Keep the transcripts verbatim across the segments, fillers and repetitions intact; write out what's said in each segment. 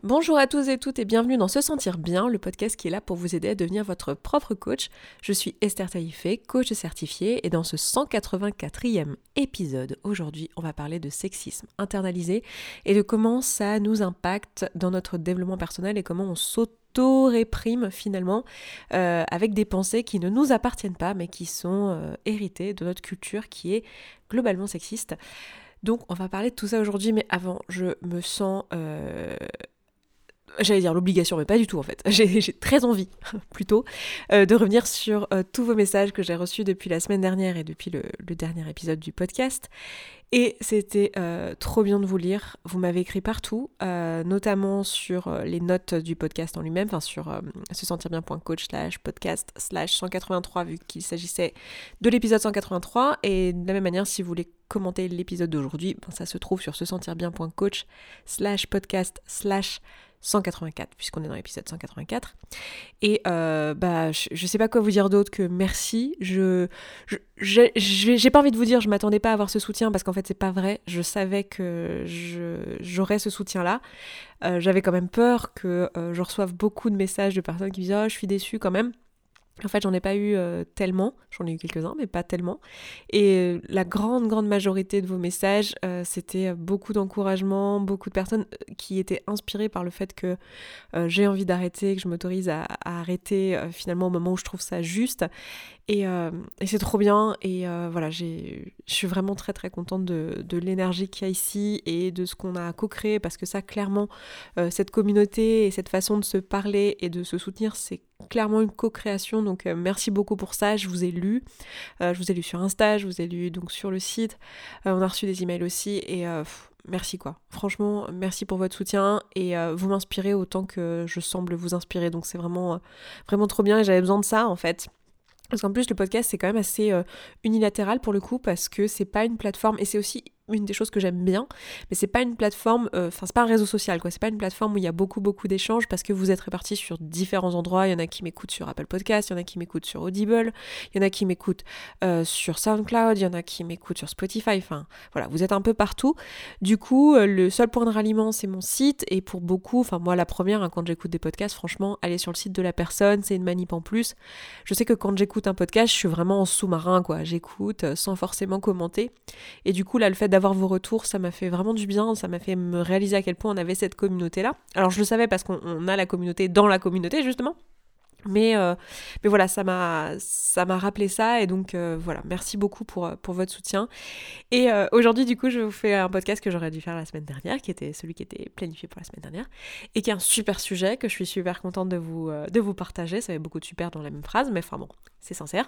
Bonjour à tous et toutes et bienvenue dans Se Sentir Bien, le podcast qui est là pour vous aider à devenir votre propre coach. Je suis Esther Taïfé, coach certifiée, et dans ce cent quatre-vingt-quatrième épisode, aujourd'hui, on va parler de sexisme internalisé et de comment ça nous impacte dans notre développement personnel et comment on s'auto-réprime finalement euh, avec des pensées qui ne nous appartiennent pas mais qui sont euh, héritées de notre culture qui est globalement sexiste. Donc on va parler de tout ça aujourd'hui, mais avant, je me sens... Euh, J'allais dire l'obligation, mais pas du tout en fait. J'ai, j'ai très envie, plutôt, euh, de revenir sur euh, tous vos messages que j'ai reçus depuis la semaine dernière et depuis le, le dernier épisode du podcast. Et c'était euh, trop bien de vous lire. Vous m'avez écrit partout, euh, notamment sur euh, les notes du podcast en lui-même, enfin sur euh, se sentir bien point coach slash podcast slash cent quatre-vingt-trois, vu qu'il s'agissait de l'épisode cent quatre-vingt-trois. Et de la même manière, si vous voulez commenter l'épisode d'aujourd'hui, ben, ça se trouve sur se sentir bien point coach slash podcast slash cent quatre-vingt-quatre, puisqu'on est dans l'épisode cent quatre-vingt-quatre. Et euh, bah, je, je sais pas quoi vous dire d'autre que merci. Je, je, j'ai, j'ai pas envie de vous dire je m'attendais pas à avoir ce soutien, parce qu'en fait c'est pas vrai. Je savais que je, j'aurais ce soutien-là. Euh, j'avais quand même peur que euh, je reçoive beaucoup de messages de personnes qui me disent « Oh, je suis déçue quand même ». En fait, j'en ai pas eu euh, tellement, j'en ai eu quelques-uns, mais pas tellement. Et euh, la grande, grande majorité de vos messages, euh, c'était beaucoup d'encouragement, beaucoup de personnes qui étaient inspirées par le fait que euh, j'ai envie d'arrêter, que je m'autorise à, à arrêter euh, finalement au moment où je trouve ça juste. Et, euh, et c'est trop bien. Et euh, voilà, j'ai, je suis vraiment très, très contente de, de l'énergie qu'il y a ici et de ce qu'on a co-créé, parce que ça, clairement, euh, cette communauté et cette façon de se parler et de se soutenir, c'est clairement une co-création, donc euh, merci beaucoup pour ça. Je vous ai lu, euh, je vous ai lu sur Insta, je vous ai lu donc sur le site, euh, on a reçu des emails aussi, et euh, pff, merci quoi, franchement merci pour votre soutien, et euh, vous m'inspirez autant que je semble vous inspirer, donc c'est vraiment, euh, vraiment trop bien, et j'avais besoin de ça en fait. Parce qu'en plus le podcast c'est quand même assez euh, unilatéral pour le coup, parce que c'est pas une plateforme, et c'est aussi une des choses que j'aime bien, mais c'est pas une plateforme, enfin euh, c'est pas un réseau social quoi, c'est pas une plateforme où il y a beaucoup beaucoup d'échanges, parce que vous êtes répartis sur différents endroits. Il y en a qui m'écoutent sur Apple Podcast, il y en a qui m'écoutent sur Audible, il y en a qui m'écoutent euh, sur SoundCloud, il y en a qui m'écoutent sur Spotify, enfin voilà, vous êtes un peu partout. Du coup euh, le seul point de ralliement c'est mon site, et pour beaucoup, enfin moi la première hein, quand j'écoute des podcasts, franchement aller sur le site de la personne, c'est une manip en plus. Je sais que quand j'écoute un podcast je suis vraiment en sous-marin quoi, j'écoute sans forcément commenter, et du coup là le fait d'avoir vos retours, ça m'a fait vraiment du bien, ça m'a fait me réaliser à quel point on avait cette communauté-là. Alors je le savais parce qu'on on a la communauté dans la communauté justement, mais, euh, mais voilà, ça m'a, ça m'a rappelé ça, et donc euh, voilà, merci beaucoup pour, pour votre soutien. Et euh, aujourd'hui du coup je vous fais un podcast que j'aurais dû faire la semaine dernière, qui était celui qui était planifié pour la semaine dernière, et qui est un super sujet que je suis super contente de vous, euh, de vous partager. Ça fait beaucoup de super dans la même phrase, mais enfin bon, c'est sincère,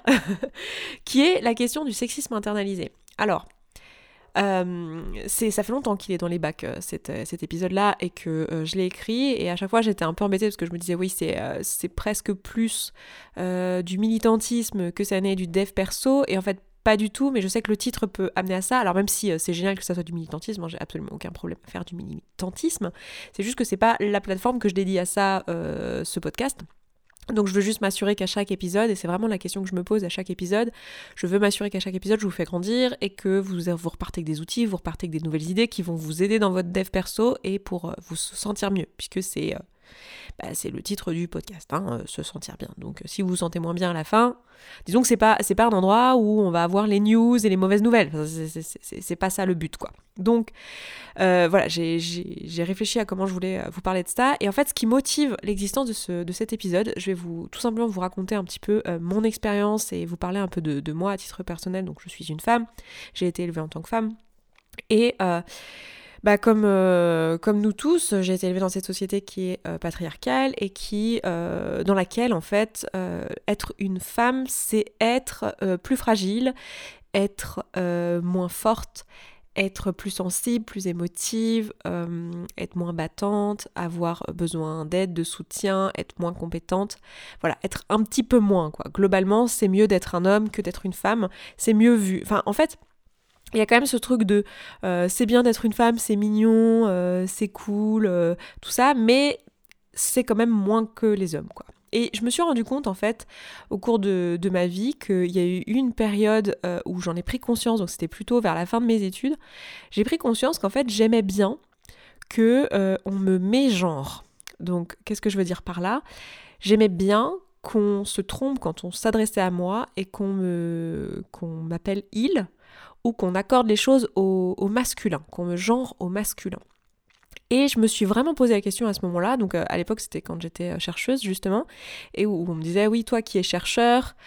qui est la question du sexisme internalisé. Alors, Euh, c'est, ça fait longtemps qu'il est dans les bacs euh, cet, euh, cet épisode-là, et que euh, je l'ai écrit, et à chaque fois j'étais un peu embêtée parce que je me disais oui c'est, euh, c'est presque plus euh, du militantisme que ça n'est du dev perso, et en fait pas du tout, mais je sais que le titre peut amener à ça. Alors même si euh, c'est génial que ça soit du militantisme, hein, j'ai absolument aucun problème à faire du militantisme, c'est juste que c'est pas la plateforme que je dédie à ça, euh, ce podcast. Donc je veux juste m'assurer qu'à chaque épisode, et c'est vraiment la question que je me pose à chaque épisode, je veux m'assurer qu'à chaque épisode je vous fais grandir, et que vous, vous repartez avec des outils, vous repartez avec des nouvelles idées qui vont vous aider dans votre dev perso et pour euh, vous sentir mieux, puisque c'est, euh, bah, c'est le titre du podcast, hein, euh, se sentir bien. Donc euh, si vous vous sentez moins bien à la fin, disons que c'est pas, c'est pas un endroit où on va avoir les news et les mauvaises nouvelles, enfin, c'est, c'est, c'est, c'est pas ça le but quoi. Donc euh, voilà, j'ai, j'ai, j'ai réfléchi à comment je voulais vous parler de ça, et en fait ce qui motive l'existence de, ce, de cet épisode, je vais vous tout simplement vous raconter un petit peu euh, mon expérience et vous parler un peu de, de moi à titre personnel. Donc je suis une femme, j'ai été élevée en tant que femme, et euh, bah comme, euh, comme nous tous, j'ai été élevée dans cette société qui est euh, patriarcale, et qui, euh, dans laquelle en fait euh, être une femme c'est être euh, plus fragile, être euh, moins forte, être plus sensible, plus émotive, euh, être moins battante, avoir besoin d'aide, de soutien, être moins compétente, voilà, être un petit peu moins quoi. Globalement, c'est mieux d'être un homme que d'être une femme, c'est mieux vu. Enfin, en fait, il y a quand même ce truc de euh, c'est bien d'être une femme, c'est mignon, euh, c'est cool, euh, tout ça, mais c'est quand même moins que les hommes quoi. Et je me suis rendu compte en fait au cours de, de ma vie qu'il y a eu une période euh, où j'en ai pris conscience, donc c'était plutôt vers la fin de mes études, j'ai pris conscience qu'en fait j'aimais bien que euh, on me mégenre. Donc, qu'est-ce que je veux dire par là ? J'aimais bien qu'on se trompe quand on s'adressait à moi et qu'on me, qu'on m'appelle « il » ou qu'on accorde les choses au, au masculin, qu'on me genre au masculin. Et je me suis vraiment posé la question à ce moment-là, donc euh, à l'époque c'était quand j'étais euh, chercheuse justement, et où, où on me disait oui toi qui es chercheur,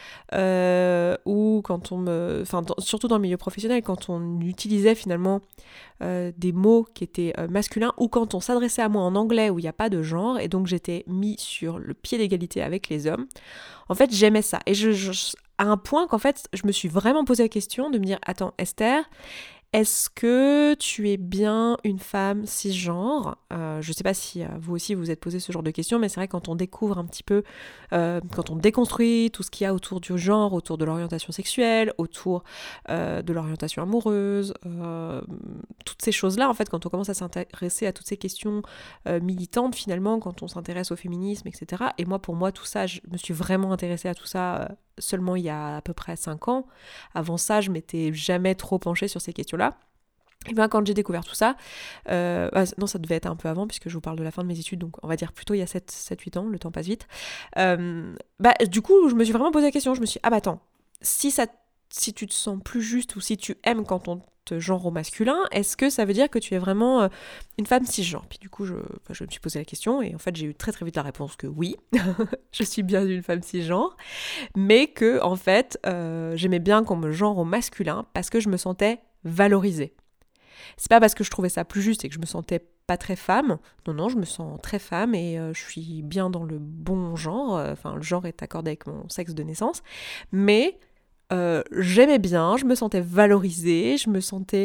euh, ou quand on me, enfin dans, surtout dans le milieu professionnel, quand on utilisait finalement euh, des mots qui étaient euh, masculins, ou quand on s'adressait à moi en anglais où il n'y a pas de genre, et donc j'étais mis sur le pied d'égalité avec les hommes, en fait j'aimais ça, et je, je, à un point qu'en fait je me suis vraiment posé la question de me dire attends Esther, est-ce que tu es bien une femme cisgenre ? euh, Je ne sais pas si euh, vous aussi vous vous êtes posé ce genre de questions, mais c'est vrai que quand on découvre un petit peu, euh, quand on déconstruit tout ce qu'il y a autour du genre, autour de l'orientation sexuelle, autour euh, de l'orientation amoureuse, euh, toutes ces choses-là, en fait, quand on commence à s'intéresser à toutes ces questions euh, militantes, finalement, quand on s'intéresse au féminisme, et cetera. Et moi, pour moi, tout ça, je me suis vraiment intéressée à tout ça euh, seulement il y a à peu près cinq ans. Avant ça, je m'étais jamais trop penchée sur ces questions-là. Et bien quand j'ai découvert tout ça, euh, bah, non ça devait être un peu avant puisque je vous parle de la fin de mes études, donc on va dire plutôt il y a sept huit ans, le temps passe vite. Euh, bah, du coup, je me suis vraiment posé la question, je me suis dit, ah bah attends, si, ça, si tu te sens plus juste ou si tu aimes quand on te genre au masculin, est-ce que ça veut dire que tu es vraiment euh, une femme cisgenre ? Puis du coup, je, bah, je me suis posé la question et en fait j'ai eu très très vite la réponse que oui, je suis bien une femme cisgenre, mais que en fait euh, j'aimais bien qu'on me genre au masculin parce que je me sentais valorisée. C'est pas parce que je trouvais ça plus juste et que je me sentais pas très femme, non non je me sens très femme et euh, je suis bien dans le bon genre, enfin le genre est accordé avec mon sexe de naissance, mais euh, j'aimais bien, je me sentais valorisée, je me sentais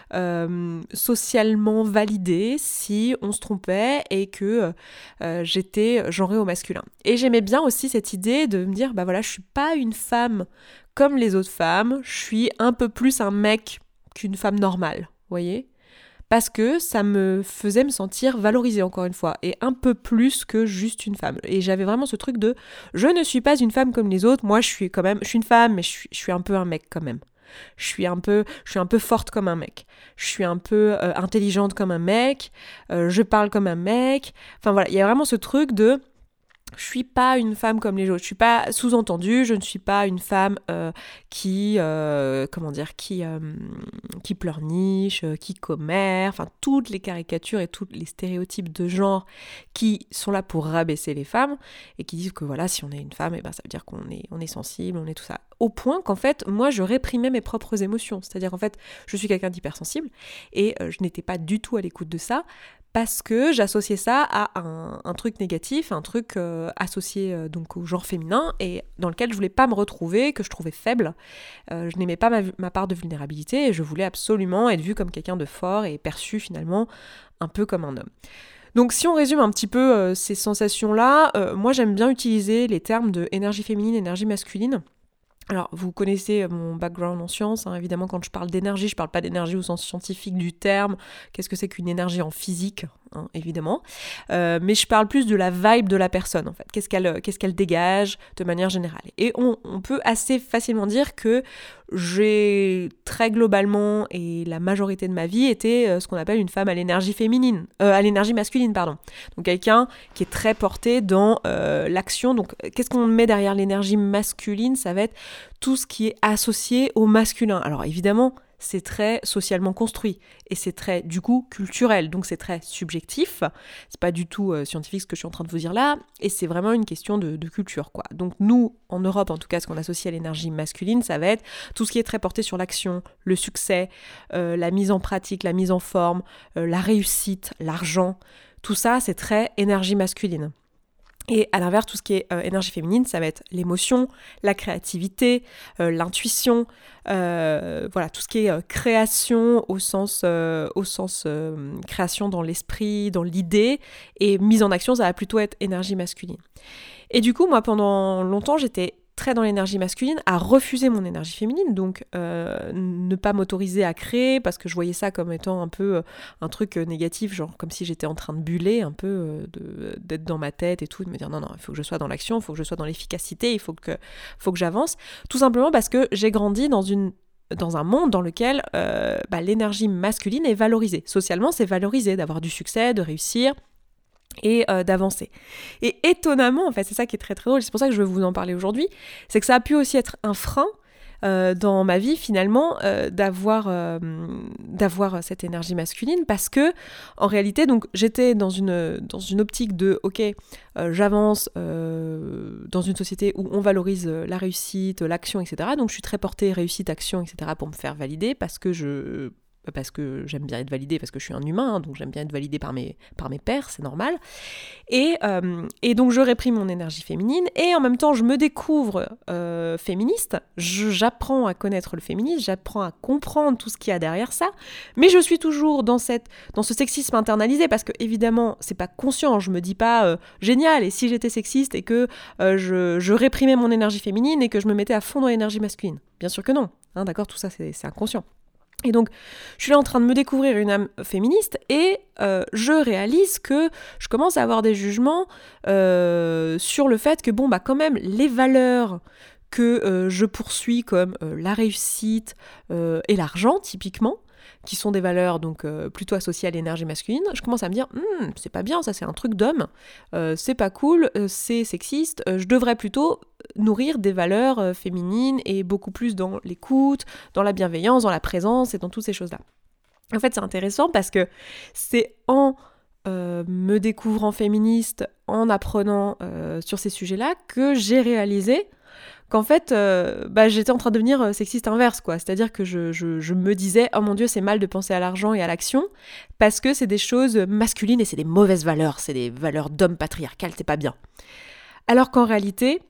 euh, socialement validée si on se trompait et que euh, j'étais genrée au masculin. Et j'aimais bien aussi cette idée de me dire bah voilà je suis pas une femme comme les autres femmes, je suis un peu plus un mec qu'une femme normale. Voyez ? Parce que ça me faisait me sentir valorisée encore une fois, et un peu plus que juste une femme. Et j'avais vraiment ce truc de je ne suis pas une femme comme les autres, moi je suis quand même, je suis une femme, mais je suis, je suis un peu un mec quand même. Je suis un peu, je suis un peu forte comme un mec. Je suis un peu euh, intelligente comme un mec. Euh, je parle comme un mec. Enfin voilà, il y a vraiment ce truc de je suis pas une femme comme les autres. Je suis pas sous-entendu. Je ne suis pas une femme euh, qui, euh, comment dire, qui, euh, qui pleurniche, euh, qui commère. Enfin, toutes les caricatures et tous les stéréotypes de genre qui sont là pour rabaisser les femmes et qui disent que voilà, si on est une femme, et ben ça veut dire qu'on est, on est sensible, on est tout ça. Au point qu'en fait, moi, je réprimais mes propres émotions. C'est-à-dire qu'en fait, je suis quelqu'un d'hypersensible et euh, je n'étais pas du tout à l'écoute de ça. Parce que j'associais ça à un, un truc négatif, un truc euh, associé euh, donc au genre féminin et dans lequel je voulais pas me retrouver, que je trouvais faible. Euh, je n'aimais pas ma, ma part de vulnérabilité et je voulais absolument être vue comme quelqu'un de fort et perçue finalement un peu comme un homme. Donc si on résume un petit peu euh, ces sensations-là, euh, moi j'aime bien utiliser les termes de énergie féminine, énergie masculine. Alors, vous connaissez mon background en sciences, hein, évidemment quand je parle d'énergie, je parle pas d'énergie au sens scientifique du terme, qu'est-ce que c'est qu'une énergie en physique, hein, évidemment, euh, mais je parle plus de la vibe de la personne en fait, qu'est-ce qu'elle, qu'est-ce qu'elle dégage de manière générale. Et on, on peut assez facilement dire que j'ai très globalement, et la majorité de ma vie, été euh, ce qu'on appelle une femme à l'énergie féminine, euh, à l'énergie masculine, pardon. Donc quelqu'un qui est très porté dans euh, l'action. Donc qu'est-ce qu'on met derrière l'énergie masculine ? Ça va être tout ce qui est associé au masculin. Alors évidemment, c'est très socialement construit et c'est très, du coup, culturel. Donc c'est très subjectif. C'est pas du tout euh, scientifique ce que je suis en train de vous dire là et c'est vraiment une question de, de culture, quoi. Donc nous, en Europe, en tout cas, ce qu'on associe à l'énergie masculine, ça va être tout ce qui est très porté sur l'action, le succès, euh, la mise en pratique, la mise en forme, euh, la réussite, l'argent. Tout ça, c'est très énergie masculine. Et à l'inverse, tout ce qui est euh, énergie féminine, ça va être l'émotion, la créativité, euh, l'intuition, euh, voilà, tout ce qui est euh, création au sens, euh, au sens euh, création dans l'esprit, dans l'idée, et mise en action, ça va plutôt être énergie masculine. Et du coup, moi, pendant longtemps, j'étais très dans l'énergie masculine, à refuser mon énergie féminine, donc euh, ne pas m'autoriser à créer, parce que je voyais ça comme étant un peu euh, un truc euh, négatif, genre comme si j'étais en train de buller, un peu euh, de, d'être dans ma tête et tout, de me dire non, non, il faut que je sois dans l'action, il faut que je sois dans l'efficacité, il faut que, faut que j'avance, tout simplement parce que j'ai grandi dans une dans un monde dans lequel euh, bah, l'énergie masculine est valorisée. Socialement, c'est valorisé d'avoir du succès, de réussir, et euh, d'avancer. Et étonnamment, en fait, c'est ça qui est très très drôle, c'est pour ça que je veux vous en parler aujourd'hui, c'est que ça a pu aussi être un frein euh, dans ma vie finalement euh, d'avoir, euh, d'avoir cette énergie masculine, parce que en réalité, donc, j'étais dans une, dans une optique de ok, euh, j'avance euh, dans une société où on valorise la réussite, l'action, et cetera. Donc je suis très portée réussite, action, et cetera pour me faire valider, parce que je... parce que j'aime bien être validée, parce que je suis un humain, hein, donc j'aime bien être validée par mes, par mes pairs, c'est normal. Et, euh, et donc je réprime mon énergie féminine, et en même temps je me découvre euh, féministe, je, j'apprends à connaître le féminisme, j'apprends à comprendre tout ce qu'il y a derrière ça, mais je suis toujours dans, cette, dans ce sexisme internalisé, parce que évidemment c'est pas conscient, je me dis pas euh, génial, et si j'étais sexiste et que euh, je, je réprimais mon énergie féminine et que je me mettais à fond dans l'énergie masculine. Bien sûr que non, hein, d'accord, tout ça c'est, c'est inconscient. Et donc, je suis là en train de me découvrir une âme féministe et euh, je réalise que je commence à avoir des jugements euh, sur le fait que, bon, bah quand même, les valeurs que euh, je poursuis comme euh, la réussite euh, et l'argent, typiquement, qui sont des valeurs donc euh, plutôt associées à l'énergie masculine, je commence à me dire hm, c'est pas bien, ça c'est un truc d'homme, euh, c'est pas cool, euh, c'est sexiste, euh, je devrais plutôt nourrir des valeurs euh, féminines et beaucoup plus dans l'écoute, dans la bienveillance, dans la présence et dans toutes ces choses-là. En fait, c'est intéressant parce que c'est en euh, me découvrant féministe, en apprenant euh, sur ces sujets-là, que j'ai réalisé qu'en fait, euh, bah, j'étais en train de devenir sexiste inverse, quoi. C'est-à-dire que je, je, je me disais « Oh mon Dieu, c'est mal de penser à l'argent et à l'action, parce que c'est des choses masculines et c'est des mauvaises valeurs, c'est des valeurs d'homme patriarcal, c'est pas bien. » Alors qu'en réalité,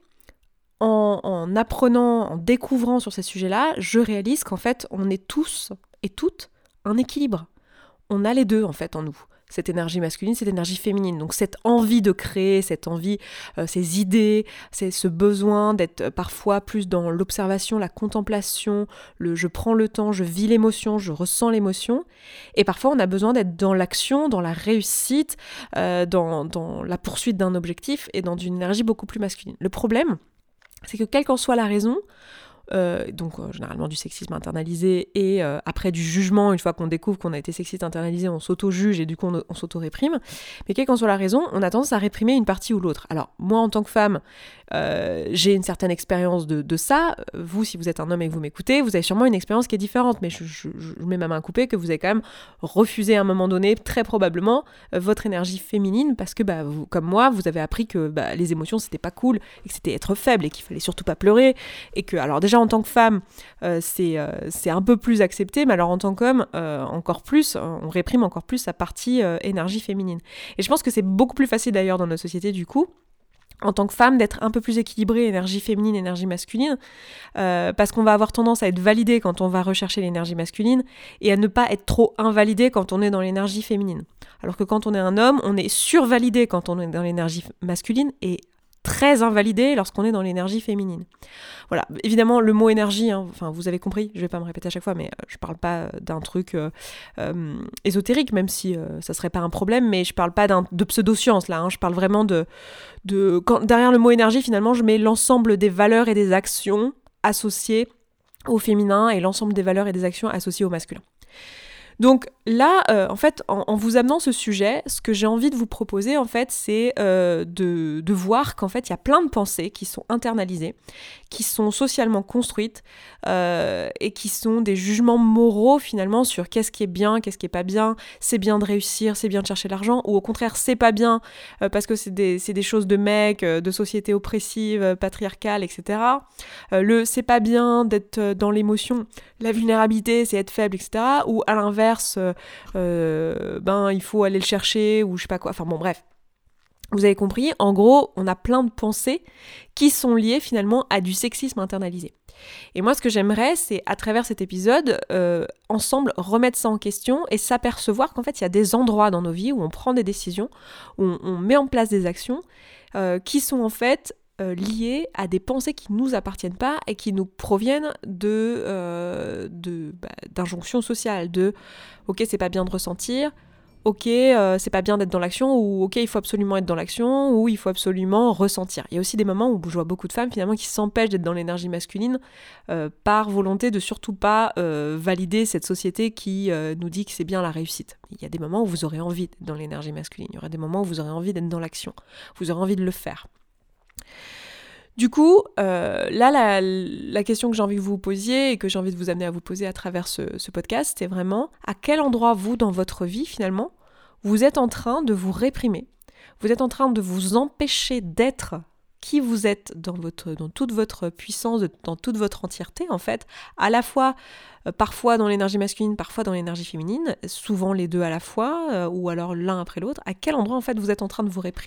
en, en apprenant, en découvrant sur ces sujets-là, je réalise qu'en fait, on est tous et toutes un équilibre. On a les deux, en fait, en nous. Cette énergie masculine, cette énergie féminine. Donc cette envie de créer, cette envie, euh, ces idées, c'est ce besoin d'être parfois plus dans l'observation, la contemplation, le je prends le temps, je vis l'émotion, je ressens l'émotion. Et parfois on a besoin d'être dans l'action, dans la réussite, euh, dans, dans la poursuite d'un objectif et dans une énergie beaucoup plus masculine. Le problème, c'est que quelle qu'en soit la raison, Euh, donc euh, généralement du sexisme internalisé et euh, après du jugement, une fois qu'on découvre qu'on a été sexiste internalisé, on s'auto-juge et du coup on, on s'auto-réprime, mais quelle qu'en soit la raison, on a tendance à réprimer une partie ou l'autre. Alors moi en tant que femme, euh, j'ai une certaine expérience de, de ça, vous si vous êtes un homme et que vous m'écoutez, vous avez sûrement une expérience qui est différente, mais je, je, je mets ma main à couper que vous avez quand même refusé à un moment donné, très probablement, euh, votre énergie féminine, parce que bah, vous, comme moi, vous avez appris que bah, les émotions c'était pas cool, et que c'était être faible, et qu'il fallait surtout pas pleurer, et que, alors déjà en tant que femme, euh, c'est, euh, c'est un peu plus accepté, mais alors en tant qu'homme, euh, encore plus, on réprime encore plus sa partie euh, énergie féminine. Et je pense que c'est beaucoup plus facile d'ailleurs dans notre société du coup, en tant que femme, d'être un peu plus équilibrée, énergie féminine, énergie masculine, euh, parce qu'on va avoir tendance à être validé quand on va rechercher l'énergie masculine, et à ne pas être trop invalidé quand on est dans l'énergie féminine. Alors que quand on est un homme, on est survalidé quand on est dans l'énergie masculine, et très invalidé lorsqu'on est dans l'énergie féminine. Voilà, évidemment le mot énergie, hein, enfin vous avez compris, je vais pas me répéter à chaque fois, mais euh, je parle pas d'un truc euh, euh, ésotérique, même si euh, ça serait pas un problème, mais je parle pas d'un, de pseudo-science là, hein, je parle vraiment de... de quand, derrière le mot énergie, finalement, je mets l'ensemble des valeurs et des actions associées au féminin et l'ensemble des valeurs et des actions associées au masculin. Donc là, euh, en fait, en, en vous amenant ce sujet, ce que j'ai envie de vous proposer, en fait, c'est euh, de, de voir qu'en fait, il y a plein de pensées qui sont internalisées, qui sont socialement construites euh, et qui sont des jugements moraux, finalement, sur qu'est-ce qui est bien, qu'est-ce qui est pas bien, c'est bien de réussir, c'est bien de chercher l'argent, ou au contraire, c'est pas bien euh, parce que c'est des, c'est des choses de mecs, euh, de sociétés oppressives, euh, patriarcales, et cetera. Euh, le c'est pas bien d'être dans l'émotion, la vulnérabilité, c'est être faible, et cetera. Ou à l'inverse, euh, euh, ben il faut aller le chercher, ou je sais pas quoi, enfin bon bref. Vous avez compris, en gros, on a plein de pensées qui sont liées finalement à du sexisme internalisé. Et moi, ce que j'aimerais, c'est à travers cet épisode, euh, ensemble, remettre ça en question et s'apercevoir qu'en fait, il y a des endroits dans nos vies où on prend des décisions, où on, on met en place des actions euh, qui sont en fait euh, liées à des pensées qui ne nous appartiennent pas et qui nous proviennent de, euh, de, bah, d'injonctions sociales, de « ok, c'est pas bien de ressentir », ok, euh, c'est pas bien d'être dans l'action, ou ok, il faut absolument être dans l'action, ou il faut absolument ressentir. Il y a aussi des moments où je vois beaucoup de femmes finalement qui s'empêchent d'être dans l'énergie masculine euh, par volonté de surtout pas euh, valider cette société qui euh, nous dit que c'est bien la réussite. Il y a des moments où vous aurez envie d'être dans l'énergie masculine, il y aura des moments où vous aurez envie d'être dans l'action, vous aurez envie de le faire. Du coup, euh, là, la, la question que j'ai envie que vous vous posiez et que j'ai envie de vous amener à vous poser à travers ce, ce podcast, c'est vraiment à quel endroit, vous, dans votre vie, finalement, vous êtes en train de vous réprimer. Vous êtes en train de vous empêcher d'être qui vous êtes dans, votre, dans toute votre puissance, dans toute votre entièreté, en fait, à la fois, euh, parfois dans l'énergie masculine, parfois dans l'énergie féminine, souvent les deux à la fois, euh, ou alors l'un après l'autre. À quel endroit, en fait, vous êtes en train de vous réprimer ?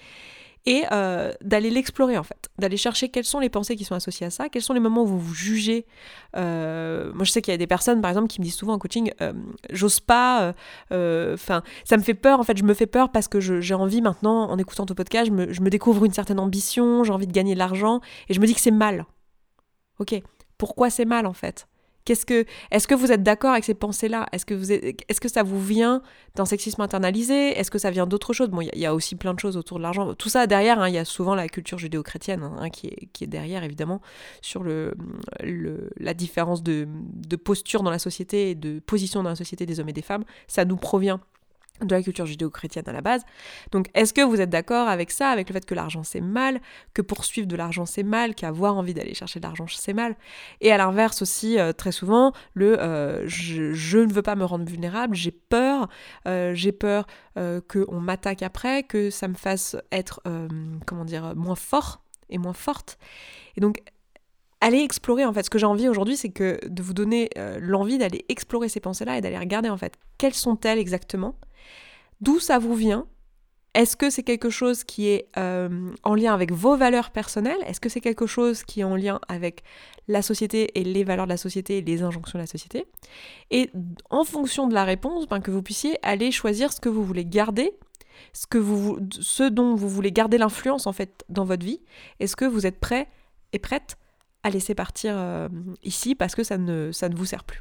Et euh, d'aller l'explorer en fait, d'aller chercher quelles sont les pensées qui sont associées à ça, quels sont les moments où vous vous jugez. Euh, moi je sais qu'il y a des personnes par exemple qui me disent souvent en coaching, euh, j'ose pas, enfin euh, ça me fait peur en fait, je me fais peur parce que je, j'ai envie maintenant en écoutant ton podcast, je me, je me découvre une certaine ambition, j'ai envie de gagner de l'argent et je me dis que c'est mal. Ok, pourquoi c'est mal en fait ? Qu'est-ce que, est-ce que vous êtes d'accord avec ces pensées-là ? Est-ce que, vous êtes, est-ce que ça vous vient d'un sexisme internalisé ? Est-ce que ça vient d'autre chose ? Bon, il y, y a aussi plein de choses autour de l'argent. Tout ça derrière, il hein, y a souvent la culture judéo-chrétienne hein, qui, est, qui est derrière, évidemment, sur le, le, la différence de, de posture dans la société et de position dans la société des hommes et des femmes. Ça nous provient de la culture judéo-chrétienne à la base. Donc, est-ce que vous êtes d'accord avec ça, avec le fait que l'argent c'est mal, que poursuivre de l'argent c'est mal, qu'avoir envie d'aller chercher de l'argent c'est mal ? Et à l'inverse aussi, euh, très souvent, le euh, je, je ne veux pas me rendre vulnérable, j'ai peur, euh, j'ai peur euh, qu'on m'attaque après, que ça me fasse être, euh, comment dire, moins fort et moins forte. Et donc, allez explorer en fait. Ce que j'ai envie aujourd'hui, c'est que de vous donner euh, l'envie d'aller explorer ces pensées-là et d'aller regarder en fait quelles sont-elles exactement. D'où ça vous vient ? Est-ce que c'est quelque chose qui est euh, en lien avec vos valeurs personnelles ? Est-ce que c'est quelque chose qui est en lien avec la société et les valeurs de la société et les injonctions de la société ? Et en fonction de la réponse, ben, que vous puissiez aller choisir ce que vous voulez garder, ce, que vous, ce dont vous voulez garder l'influence en fait dans votre vie. Est-ce que vous êtes prêt et prête à laisser partir euh, ici parce que ça ne, ça ne vous sert plus ?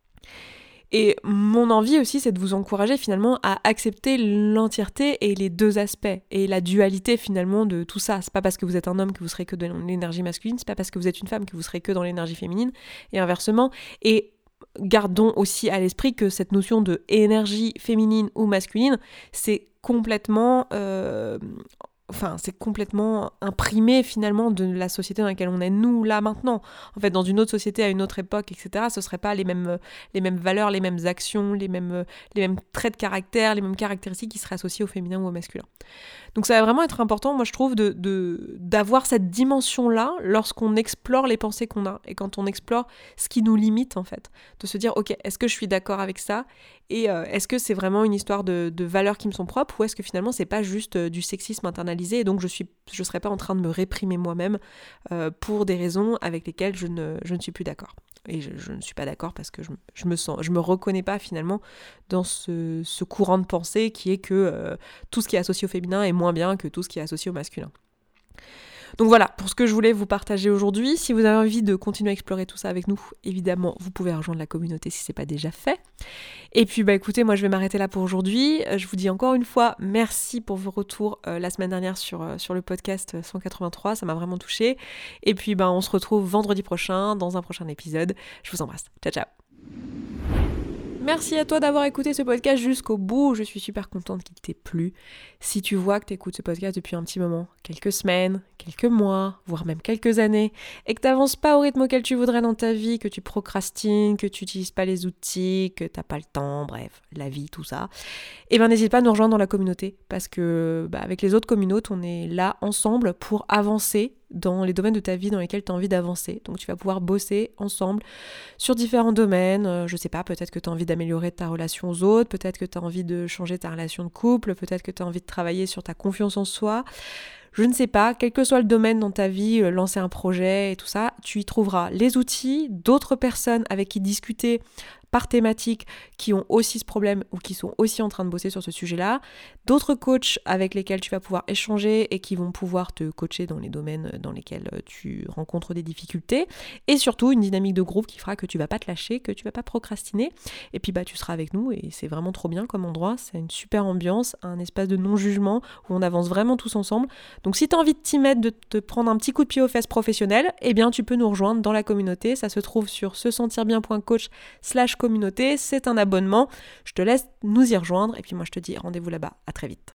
Et mon envie aussi, c'est de vous encourager finalement à accepter l'entièreté et les deux aspects, et la dualité finalement de tout ça. C'est pas parce que vous êtes un homme que vous serez que dans l'énergie masculine, c'est pas parce que vous êtes une femme que vous serez que dans l'énergie féminine, et inversement. Et gardons aussi à l'esprit que cette notion de énergie féminine ou masculine, c'est complètement... Euh, Enfin, c'est complètement imprimé finalement de la société dans laquelle on est nous, là, maintenant. En fait, dans une autre société, à une autre époque, et cetera, ce ne seraient pas les mêmes, les mêmes valeurs, les mêmes actions, les mêmes, les mêmes traits de caractère, les mêmes caractéristiques qui seraient associées au féminin ou au masculin. Donc ça va vraiment être important, moi je trouve, de, de, d'avoir cette dimension-là lorsqu'on explore les pensées qu'on a et quand on explore ce qui nous limite en fait. De se dire, ok, est-ce que je suis d'accord avec ça ? Et euh, est-ce que c'est vraiment une histoire de, de valeurs qui me sont propres ou est-ce que finalement c'est pas juste euh, du sexisme internalisé et donc je suis, je serais pas en train de me réprimer moi-même euh, pour des raisons avec lesquelles je ne, je ne suis plus d'accord. Et je, je ne suis pas d'accord parce que je, je me sens, je me reconnais pas finalement dans ce, ce courant de pensée qui est que euh, tout ce qui est associé au féminin est moins bien que tout ce qui est associé au masculin. Donc voilà, pour ce que je voulais vous partager aujourd'hui. Si vous avez envie de continuer à explorer tout ça avec nous, évidemment, vous pouvez rejoindre la communauté si ce n'est pas déjà fait. Et puis, bah écoutez, moi je vais m'arrêter là pour aujourd'hui. Je vous dis encore une fois, merci pour vos retours euh, la semaine dernière sur, euh, sur le podcast cent quatre-vingt-trois, ça m'a vraiment touchée. Et puis, bah, on se retrouve vendredi prochain dans un prochain épisode. Je vous embrasse. Ciao, ciao. Merci à toi d'avoir écouté ce podcast jusqu'au bout, je suis super contente qu'il t'ait plu. Si tu vois que tu écoutes ce podcast depuis un petit moment, quelques semaines, quelques mois, voire même quelques années, et que tu n'avances pas au rythme auquel tu voudrais dans ta vie, que tu procrastines, que tu n'utilises pas les outils, que tu n'as pas le temps, bref, la vie, tout ça, eh ben n'hésite pas à nous rejoindre dans la communauté, parce que bah, avec les autres communautés, on est là ensemble pour avancer dans les domaines de ta vie dans lesquels tu as envie d'avancer. Donc tu vas pouvoir bosser ensemble sur différents domaines. Euh, je sais pas, peut-être que tu as envie d'améliorer ta relation aux autres, peut-être que tu as envie de changer ta relation de couple, peut-être que tu as envie de travailler sur ta confiance en soi. Je ne sais pas, quel que soit le domaine dans ta vie, euh, lancer un projet et tout ça, tu y trouveras les outils, d'autres personnes avec qui discuter par thématique qui ont aussi ce problème ou qui sont aussi en train de bosser sur ce sujet-là, d'autres coachs avec lesquels tu vas pouvoir échanger et qui vont pouvoir te coacher dans les domaines dans lesquels tu rencontres des difficultés, et surtout une dynamique de groupe qui fera que tu vas pas te lâcher, que tu vas pas procrastiner, et puis bah tu seras avec nous et c'est vraiment trop bien comme endroit, c'est une super ambiance, un espace de non-jugement où on avance vraiment tous ensemble. Donc si tu as envie de t'y mettre, de te prendre un petit coup de pied aux fesses professionnel, eh bien tu peux nous rejoindre dans la communauté, ça se trouve sur se sentir bien point coach slash communauté, c'est un abonnement, je te laisse nous y rejoindre et puis moi je te dis rendez-vous là-bas, à très vite.